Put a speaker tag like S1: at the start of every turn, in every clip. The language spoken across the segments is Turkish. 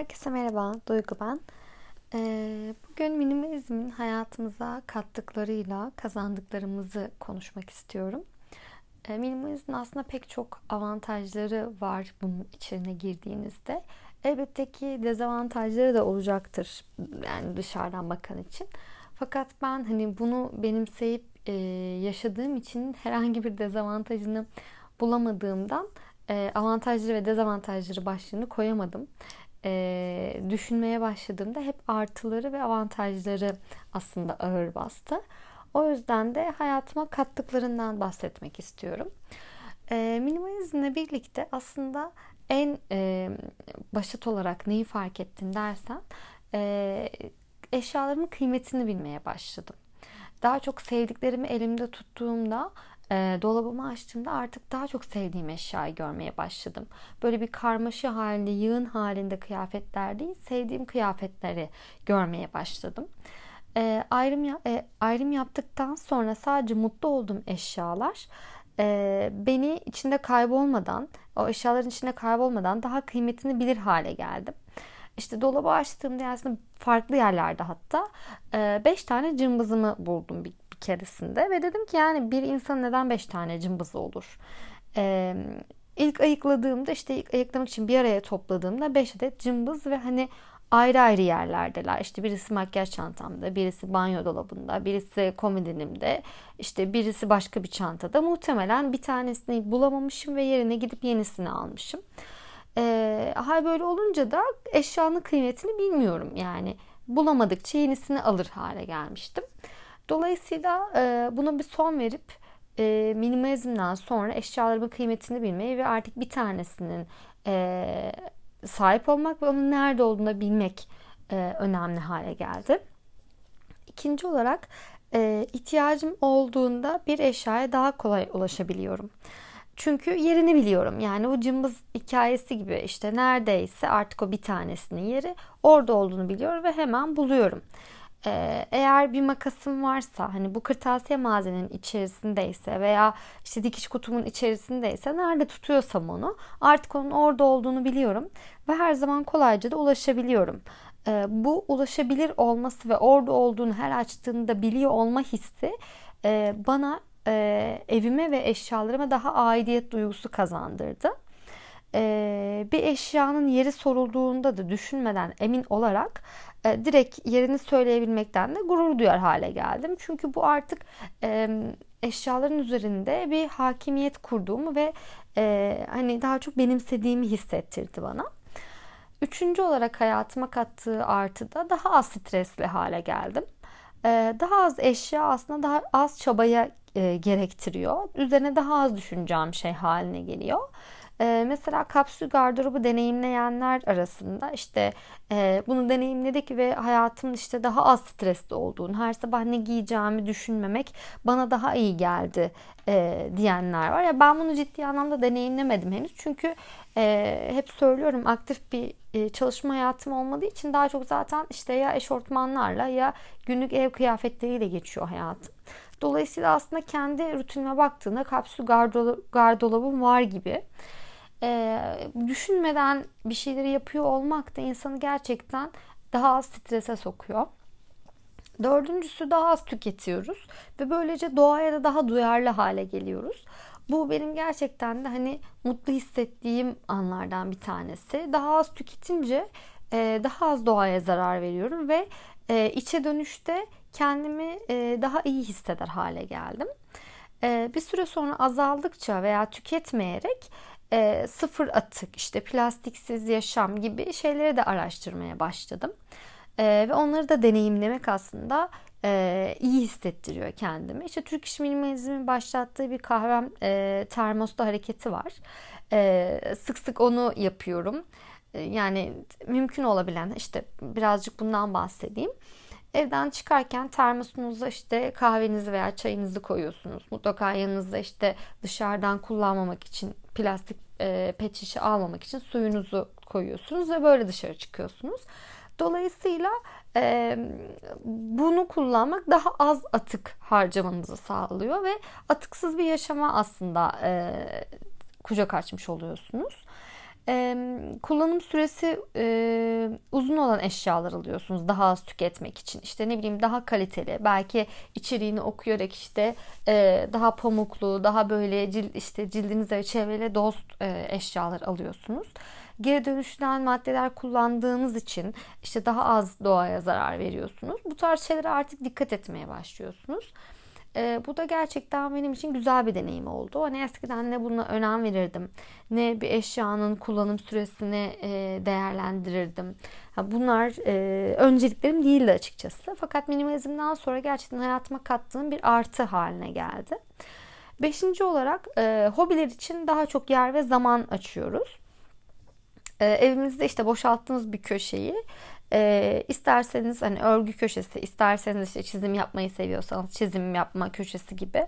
S1: Herkese merhaba, Duygu ben. Bugün minimalizmin hayatımıza kattıklarıyla kazandıklarımızı konuşmak istiyorum. Minimalizmin aslında pek çok avantajları var bunun içine girdiğinizde. Elbette ki dezavantajları da olacaktır yani dışarıdan bakan için. Fakat ben hani bunu benimseyip yaşadığım için herhangi bir dezavantajını bulamadığımdan avantajları ve dezavantajları başlığını koyamadım. Düşünmeye başladığımda hep artıları ve avantajları aslında ağır bastı. O yüzden de hayatıma kattıklarından bahsetmek istiyorum. Minimalizmle birlikte aslında en başat olarak neyi fark ettin dersen eşyalarımın kıymetini bilmeye başladım. Daha çok sevdiklerimi elimde tuttuğumda dolabımı açtığımda artık daha çok sevdiğim eşyayı görmeye başladım. Böyle bir karmaşa halinde, yığın halinde kıyafetler değil, sevdiğim kıyafetleri görmeye başladım. Ayrım yaptıktan sonra sadece mutlu olduğum eşyalar beni içinde kaybolmadan, o eşyaların içinde kaybolmadan daha kıymetini bilir hale geldim. İşte dolabı açtığımda aslında farklı yerlerde hatta 5 tane cımbızımı buldum bir keresinde ve dedim ki yani bir insan neden 5 tane cımbızı olur? İlk ayıkladığımda işte ilk ayıklamak için bir araya topladığımda 5 adet cımbız ve hani ayrı ayrı yerlerdeler. İşte birisi makyaj çantamda, birisi banyo dolabında, birisi komodinimde, işte birisi başka bir çantada. Muhtemelen bir tanesini bulamamışım ve yerine gidip yenisini almışım. Hal böyle olunca da eşyanın kıymetini bilmiyorum. Yani bulamadıkça yenisini alır hale gelmiştim. Dolayısıyla buna bir son verip minimalizmden sonra eşyalarımın kıymetini bilmeyi ve artık bir tanesinin sahip olmak ve onun nerede olduğunu bilmek önemli hale geldi. İkinci olarak ihtiyacım olduğunda bir eşyaya daha kolay ulaşabiliyorum. Çünkü yerini biliyorum. Yani o cımbız hikayesi gibi işte neredeyse artık o bir tanesinin yeri orada olduğunu biliyorum ve hemen buluyorum. Eğer bir makasım varsa hani bu kırtasiye mağazanın içerisindeyse veya işte dikiş kutumun içerisindeyse nerede tutuyorsam onu artık onun orada olduğunu biliyorum ve her zaman kolayca da ulaşabiliyorum. Bu ulaşabilir olması ve orada olduğunu her açtığında biliyor olma hissi bana evime ve eşyalarıma daha aidiyet duygusu kazandırdı. Bir eşyanın yeri sorulduğunda da düşünmeden emin olarak direkt yerini söyleyebilmekten de gurur duyar hale geldim. Çünkü bu artık eşyaların üzerinde bir hakimiyet kurduğumu ve hani daha çok benimsediğimi hissettirdi bana. Üçüncü olarak hayatıma kattığı artı da daha az stresli hale geldim. Daha az eşya aslında daha az çabaya gerektiriyor. Üzerine daha az düşüneceğim şey haline geliyor. Mesela kapsül gardırobu deneyimleyenler arasında işte bunu deneyimledik ve hayatımın işte daha az stresli olduğunu, her sabah ne giyeceğimi düşünmemek bana daha iyi geldi diyenler var. Ya ben bunu ciddi anlamda deneyimlemedim henüz. Çünkü hep söylüyorum aktif bir çalışma hayatım olmadığı için daha çok zaten işte ya eşortmanlarla ya günlük ev kıyafetleriyle geçiyor hayatım. Dolayısıyla aslında kendi rutinime baktığında kapsül gardırobum var gibi. Düşünmeden bir şeyleri yapıyor olmak da insanı gerçekten daha az strese sokuyor. Dördüncüsü daha az tüketiyoruz ve böylece doğaya da daha duyarlı hale geliyoruz. Bu benim gerçekten de hani mutlu hissettiğim anlardan bir tanesi. Daha az tüketince daha az doğaya zarar veriyorum ve içe dönüşte kendimi daha iyi hisseder hale geldim. Bir süre sonra azaldıkça veya tüketmeyerek sıfır atık, işte plastiksiz yaşam gibi şeyleri de araştırmaya başladım. Ve onları da deneyimlemek aslında iyi hissettiriyor kendimi. İşte Türk İş Minimalizm'in başlattığı bir kahvem termosta hareketi var. Sık sık onu yapıyorum. Yani mümkün olabilen işte birazcık bundan bahsedeyim. Evden çıkarken termosunuza işte kahvenizi veya çayınızı koyuyorsunuz. Mutlaka yanınızda işte dışarıdan kullanmamak için plastik pet şişe almamak için suyunuzu koyuyorsunuz ve böyle dışarı çıkıyorsunuz. Dolayısıyla bunu kullanmak daha az atık harcamanızı sağlıyor ve atıksız bir yaşama aslında kucak açmış oluyorsunuz. Kullanım süresi uzun olan eşyalar alıyorsunuz daha az tüketmek için. İşte ne bileyim daha kaliteli, belki içeriğini okuyarak işte daha pamuklu, daha böyle işte cildinize ve çevreye dost eşyalar alıyorsunuz. Geri dönüşülen maddeler kullandığınız için işte daha az doğaya zarar veriyorsunuz. Bu tarz şeylere artık dikkat etmeye başlıyorsunuz. Bu da gerçekten benim için güzel bir deneyim oldu. Hani eskiden ne buna önem verirdim, ne bir eşyanın kullanım süresini değerlendirirdim. Bunlar önceliklerim değildi açıkçası. Fakat minimalizmden sonra gerçekten hayatıma kattığım bir artı haline geldi. 5. olarak hobiler için daha çok yer ve zaman açıyoruz. Evimizde işte boşalttığınız bir köşeyi isterseniz hani örgü köşesi, isterseniz işte çizim yapmayı seviyorsanız çizim yapma köşesi gibi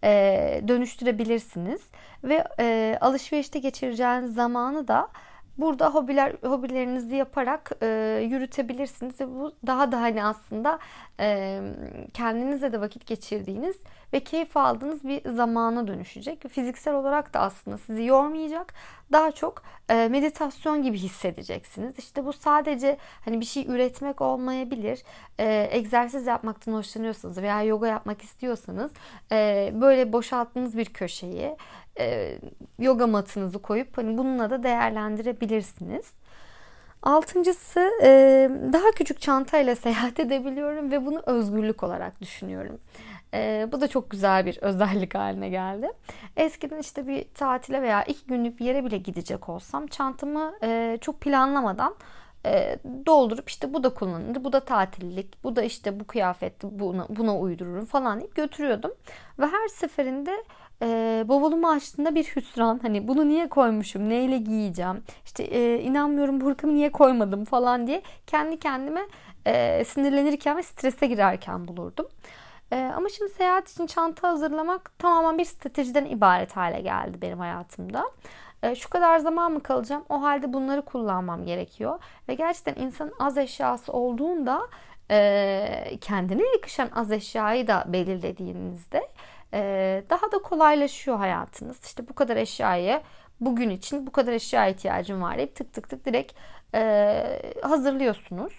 S1: dönüştürebilirsiniz. Ve alışverişte geçireceğiniz zamanı da burada hobilerinizi yaparak yürütebilirsiniz. Ve bu daha da hani aslında kendinizle de vakit geçirdiğiniz ve keyif aldığınız bir zamana dönüşecek. Fiziksel olarak da aslında sizi yormayacak. Daha çok meditasyon gibi hissedeceksiniz. İşte bu sadece hani bir şey üretmek olmayabilir. Egzersiz yapmaktan hoşlanıyorsanız veya yoga yapmak istiyorsanız böyle boşalttığınız bir köşeyi yoga matınızı koyup hani bununla da değerlendirebilirsiniz. 6.'sı daha küçük çantayla seyahat edebiliyorum ve bunu özgürlük olarak düşünüyorum. Bu da çok güzel bir özellik haline geldi. Eskiden işte bir tatile veya 2 günlük bir yere bile gidecek olsam çantamı çok planlamadan doldurup işte bu da kullanılır, bu da tatillik, bu da işte bu kıyafet, buna uydururum falan deyip götürüyordum. Ve her seferinde bavulumu açtığında bir hüsran, hani bunu niye koymuşum, neyle giyeceğim, işte inanmıyorum bu hırkamı niye koymadım falan diye kendi kendime sinirlenirken ve strese girerken bulurdum. Ama şimdi seyahat için çanta hazırlamak tamamen bir stratejiden ibaret hale geldi benim hayatımda. Şu kadar zaman mı kalacağım? O halde bunları kullanmam gerekiyor. Ve gerçekten insanın az eşyası olduğunda kendine yakışan az eşyayı da belirlediğinizde daha da kolaylaşıyor hayatınız. İşte bu kadar eşyayı bugün için bu kadar eşya ihtiyacım var deyip tık tık tık direkt hazırlıyorsunuz.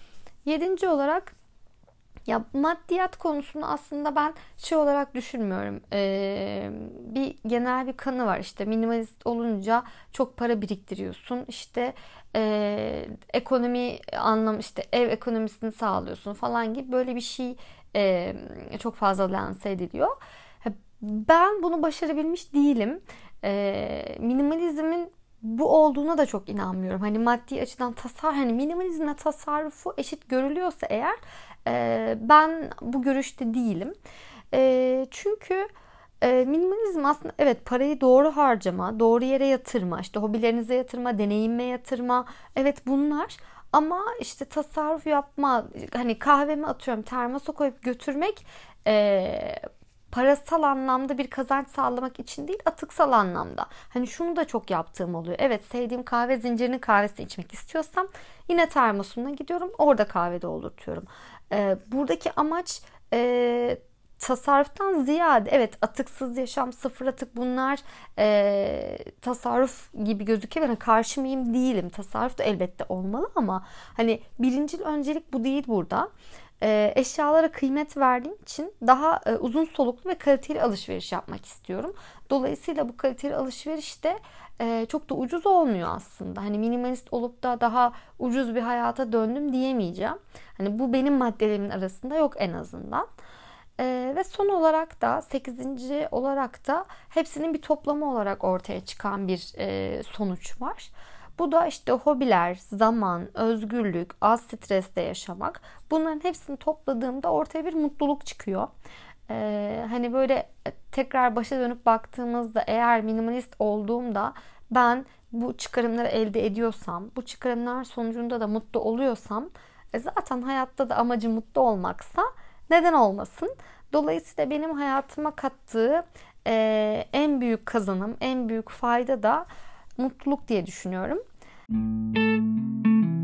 S1: 7. olarak ya maddiyat konusunu aslında ben şey olarak düşünmüyorum. Bir genel bir kanı var, işte minimalist olunca çok para biriktiriyorsun. İşte ekonomi anlam işte ev ekonomisini sağlıyorsun falan gibi böyle bir şey çok fazla lanse ediliyor. Ben bunu başarabilmiş değilim. Minimalizmin bu olduğuna da çok inanmıyorum. Hani maddi açıdan hani minimalizmle tasarrufu eşit görülüyorsa eğer ben bu görüşte değilim. Çünkü minimalizm aslında evet parayı doğru harcama, doğru yere yatırma, işte hobilerinize yatırma, deneyime yatırma. Evet bunlar, ama işte tasarruf yapma, hani kahvemi atıyorum termosa koyup götürmek parasal anlamda bir kazanç sağlamak için değil, atıksal anlamda. Hani şunu da çok yaptığım oluyor. Evet, sevdiğim kahve zincirinin kahvesini içmek istiyorsam yine termosumla gidiyorum, orada kahve doldurtuyorum. Buradaki amaç tasarruftan ziyade evet atıksız yaşam, sıfır atık, bunlar tasarruf gibi gözüküyor. Ben karşı mıyım? Değilim. Tasarruf da elbette olmalı ama hani birincil öncelik bu değil burada. Eşyalara kıymet verdiğim için daha uzun soluklu ve kaliteli alışveriş yapmak istiyorum. Dolayısıyla bu kaliteli alışveriş de çok da ucuz olmuyor aslında. Hani minimalist olup da daha ucuz bir hayata döndüm diyemeyeceğim. Hani bu benim maddelerimin arasında yok en azından. Ve son olarak da 8. olarak da hepsinin bir toplamı olarak ortaya çıkan bir sonuç var. Bu da işte hobiler, zaman, özgürlük, az stresle yaşamak. Bunların hepsini topladığımda ortaya bir mutluluk çıkıyor. Hani böyle tekrar başa dönüp baktığımızda eğer minimalist olduğumda ben bu çıkarımları elde ediyorsam, bu çıkarımlar sonucunda da mutlu oluyorsam zaten hayatta da amacı mutlu olmaksa neden olmasın? Dolayısıyla benim hayatıma kattığı en büyük kazanım, en büyük fayda da mutluluk diye düşünüyorum.